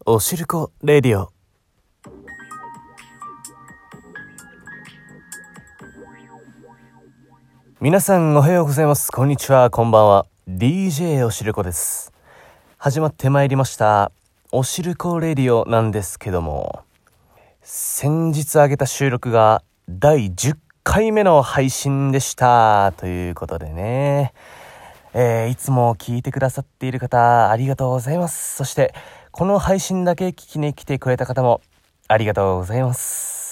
おしるこレディオ。皆さんおはようございます。こんにちは、こんばんは。 DJ おしるこです。始まってまいりましたおしるこレディオなんですけども、先日上げた収録が第10回目の配信でしたということでね、いつも聞いてくださっている方ありがとうございます。そしてこの配信だけ聞きに来てくれた方もありがとうございます。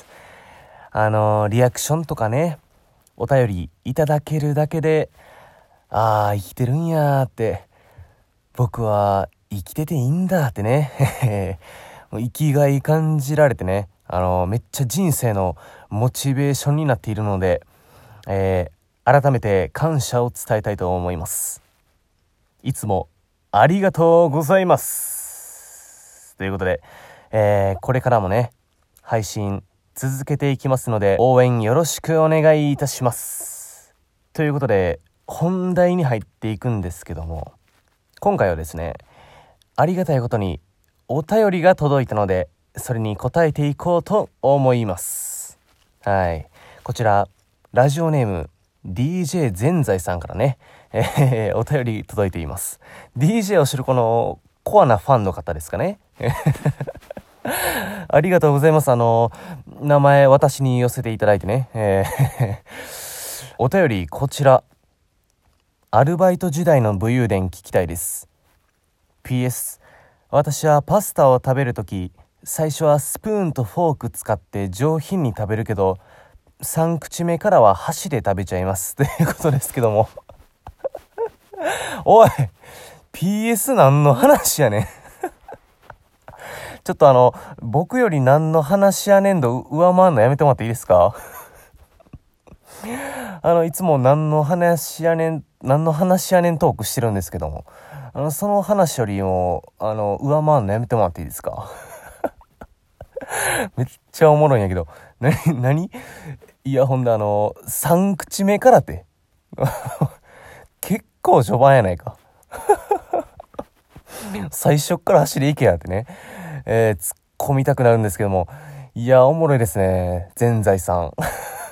リアクションとかね、お便りいただけるだけで、生きてるんやーって、僕は生きてていいんだってね生きがい感じられてね、めっちゃ人生のモチベーションになっているので、改めて感謝を伝えたいと思います。いつもありがとうございますということで、これからもね配信続けていきますので、応援よろしくお願いいたしますということで、本題に入っていくんですけども、今回はですね、ありがたいことにお便りが届いたので、それに答えていこうと思います。はい、こちらラジオネーム DJ 全財さんからね、お便り届いています。 DJ おしるこのコアなファンの方ですかねありがとうございます。名前私に寄せていただいてね、お便りこちら。アルバイト時代の武勇伝聞きたいです。 PS、 私はパスタを食べるとき、最初はスプーンとフォーク使って上品に食べるけど、3口目からは箸で食べちゃいますということですけどもおい PS 何の話やねんちょっと僕より何の話やねんと上回るのやめてもらっていいですかいつも何の話やねんトークしてるんですけども、その話よりも上回るのやめてもらっていいですかめっちゃおもろいんやけど、何いや、ほんで3口目からって結構序盤やないか最初っから走り行けやってね、突っ込みたくなるんですけども、いやおもろいですね、全財さん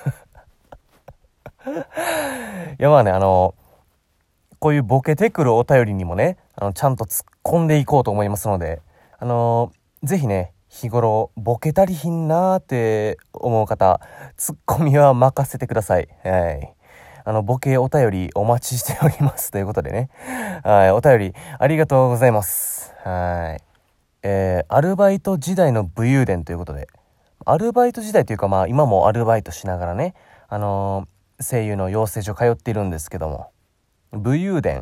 いやまあね、こういうボケてくるお便りにもね、ちゃんと突っ込んでいこうと思いますので、ぜひね、日頃ボケたりひんなーって思う方、ツッコミは任せてください。はい。ボケお便りお待ちしておりますということでね。はい、お便りありがとうございます。はい。アルバイト時代の武勇伝ということで、アルバイト時代というか、まあ今もアルバイトしながらね、声優の養成所通っているんですけども、武勇伝、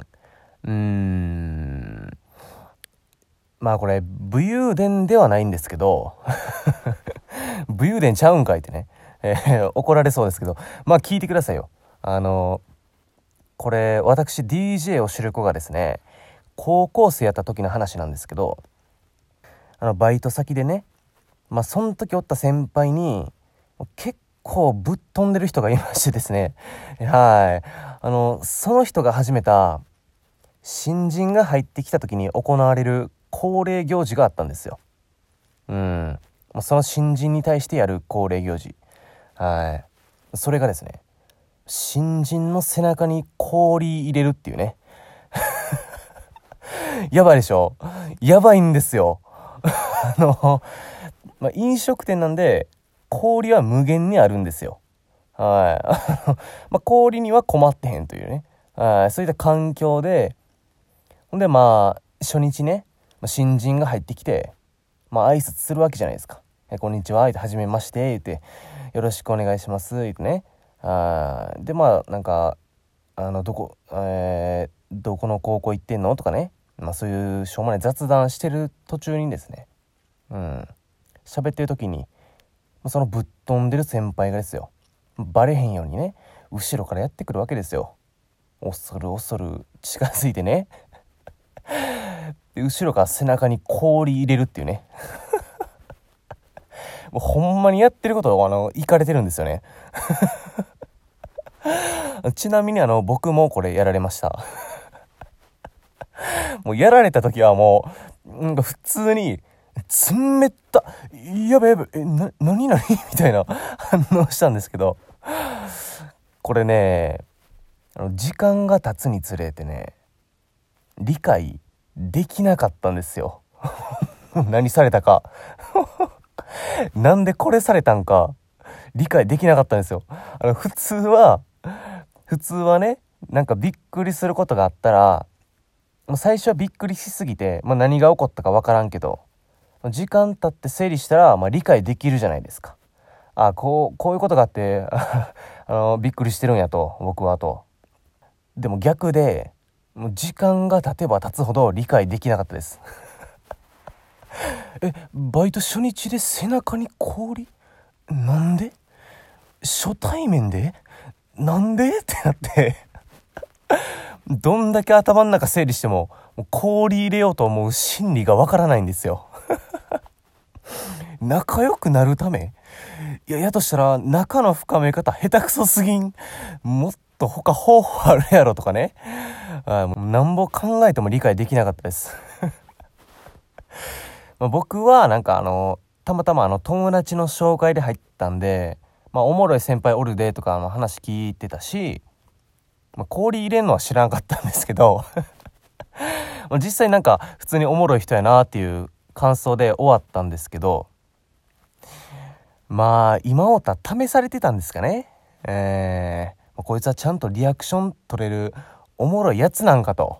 まあこれ武勇伝ではないんですけど武勇伝ちゃうんかいってね、怒られそうですけど、まあ聞いてくださいよ。これ私 DJ を知る子がですね、高校生やった時の話なんですけど、バイト先でね、まあその時おった先輩に結構ぶっ飛んでる人がいましてですね、はい、その人が始めた新人が入ってきた時に行われる恒例行事があったんですよ。その新人に対してやる恒例行事、はい、それがですね、新人の背中に氷入れるっていうねやばいでしょ、やばいんですよ飲食店なんで氷は無限にあるんですよ。はい氷には困ってへんというね、そういった環境で、ほんで初日ね、新人が入ってきて、挨拶するわけじゃないですか。こんにちは、はじめまして言って、よろしくお願いします言ってね。でなんかどこの高校行ってんのとかね、そういうしょうもない雑談してる途中にですね、喋ってる時にそのぶっ飛んでる先輩がですよ、バレへんようにね、後ろからやってくるわけですよ。恐る恐る近づいてねで後ろから背中に氷入れるっていうねもうほんまにやってることをイカれてるんですよねちなみに僕もこれやられましたもうやられた時はもう普通に冷た、やべやべ、何みたいな反応したんですけど、これね、時間が経つにつれてね、理解できなかったんですよ。何されたか。なんでこれされたんか、理解できなかったんですよ。普通はね、なんかびっくりすることがあったら、もう最初はびっくりしすぎて、何が起こったかわからんけど、時間経って整理したら、理解できるじゃないですか。こういうことがあってびっくりしてるんやと、僕はと。でも逆で、もう時間が経てば経つほど理解できなかったです。バイト初日で背中に氷？なんで？初対面で？なんでってなってどんだけ頭の中整理しても、氷入れようと思う心理がわからないんですよ。仲良くなるため？やとしたら仲の深め方下手くそすぎん？もっと他方法あるやろとかね。もうなんぼ考えても理解できなかったです。僕はなんかたまたま友達の紹介で入ったんで、おもろい先輩おるでとか話聞いてたし、氷入れんのは知らんかったんですけど実際なんか普通におもろい人やなっていう感想で終わったんですけど、今思ったら試されてたんですかね。こいつはちゃんとリアクション取れるおもろいやつなんかと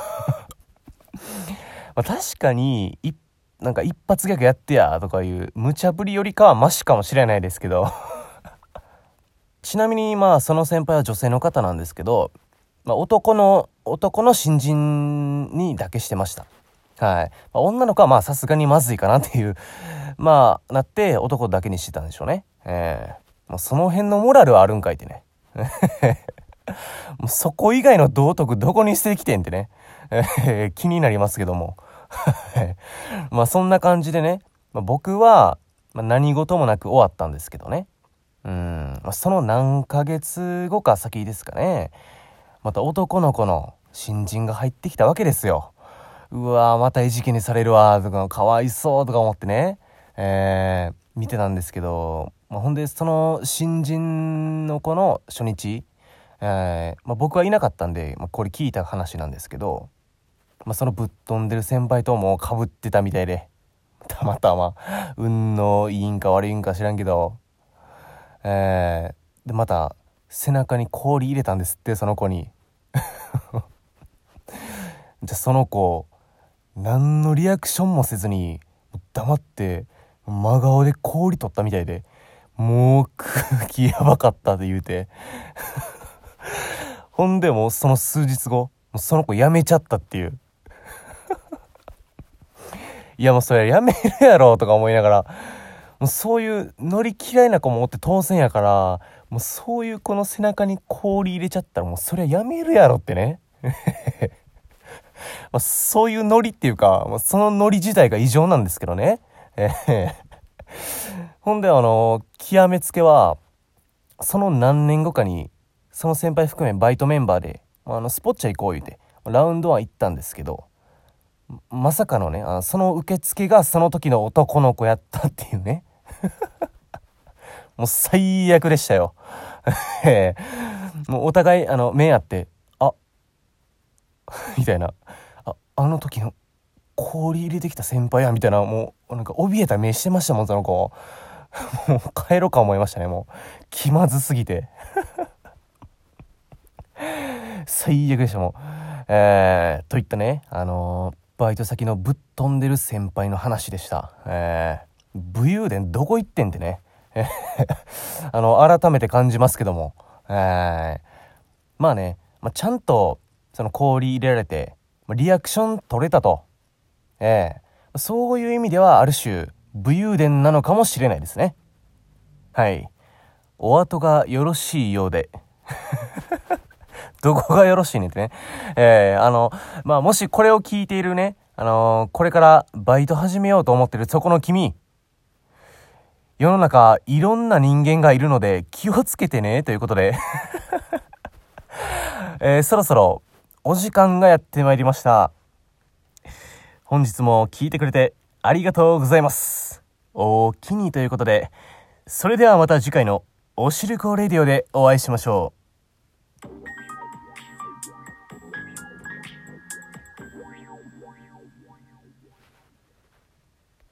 確かになんか一発ギャグやってやとかいう無茶ぶりよりかはマシかもしれないですけどちなみにその先輩は女性の方なんですけど、男の新人にだけしてました。はい。女の子はさすがにまずいかなっていうなって男だけにしてたんでしょうね。その辺のモラルはあるんかいってね。もうそこ以外の道徳どこに捨ててきてんってね、気になりますけどもそんな感じでね、僕は、何事もなく終わったんですけどね。その何ヶ月後か先ですかね、また男の子の新人が入ってきたわけですよ。うわー、また餌食にされるわとか、かわいそうとか思ってね、見てたんですけど、ほんでその新人の子の初日、僕はいなかったんで、これ聞いた話なんですけど、そのぶっ飛んでる先輩ともかぶってたみたいで、たまたま運のいいんか悪いんか知らんけど、でまた背中に氷入れたんですって、その子にじゃその子何のリアクションもせずに黙って真顔で氷取ったみたいで、もう空気やばかったって言うてほんでもうその数日後、その子辞めちゃったっていういやもうそれやめるやろとか思いながら、もうそういう乗り嫌いな子もおって当然やから、もうそういう子の背中に氷入れちゃったらもうそれはやめるやろってねそういうノリっていうか、そのノリ自体が異常なんですけどね。ほんで極めつけは、その何年後かに、その先輩含めバイトメンバーで、スポッチャ行こう言うて、ラウンドは行ったんですけど、まさかのね、その受付がその時の男の子やったっていうね。もう最悪でしたよ。もうお互い、目合って、みたいな。あの時の氷入れてきた先輩や、みたいな、もう、なんか怯えた目してましたもん、その子。もう帰ろうか思いましたね、もう。気まずすぎて。最悪でした、もう。といったね、バイト先のぶっ飛んでる先輩の話でした。武勇伝どこ行ってんってね。改めて感じますけども。ちゃんと、その氷入れられて、リアクション取れたと。そういう意味ではある種、武勇伝なのかもしれないですね。はい。お後がよろしいようで。どこがよろしいねってね。もしこれを聞いているね、これからバイト始めようと思ってるそこの君、世の中いろんな人間がいるので気をつけてねということで、そろそろお時間がやってまいりました。本日も聞いてくれてありがとうございます。おおきにということで、それではまた次回のおしるこレディオでお会いしましょう。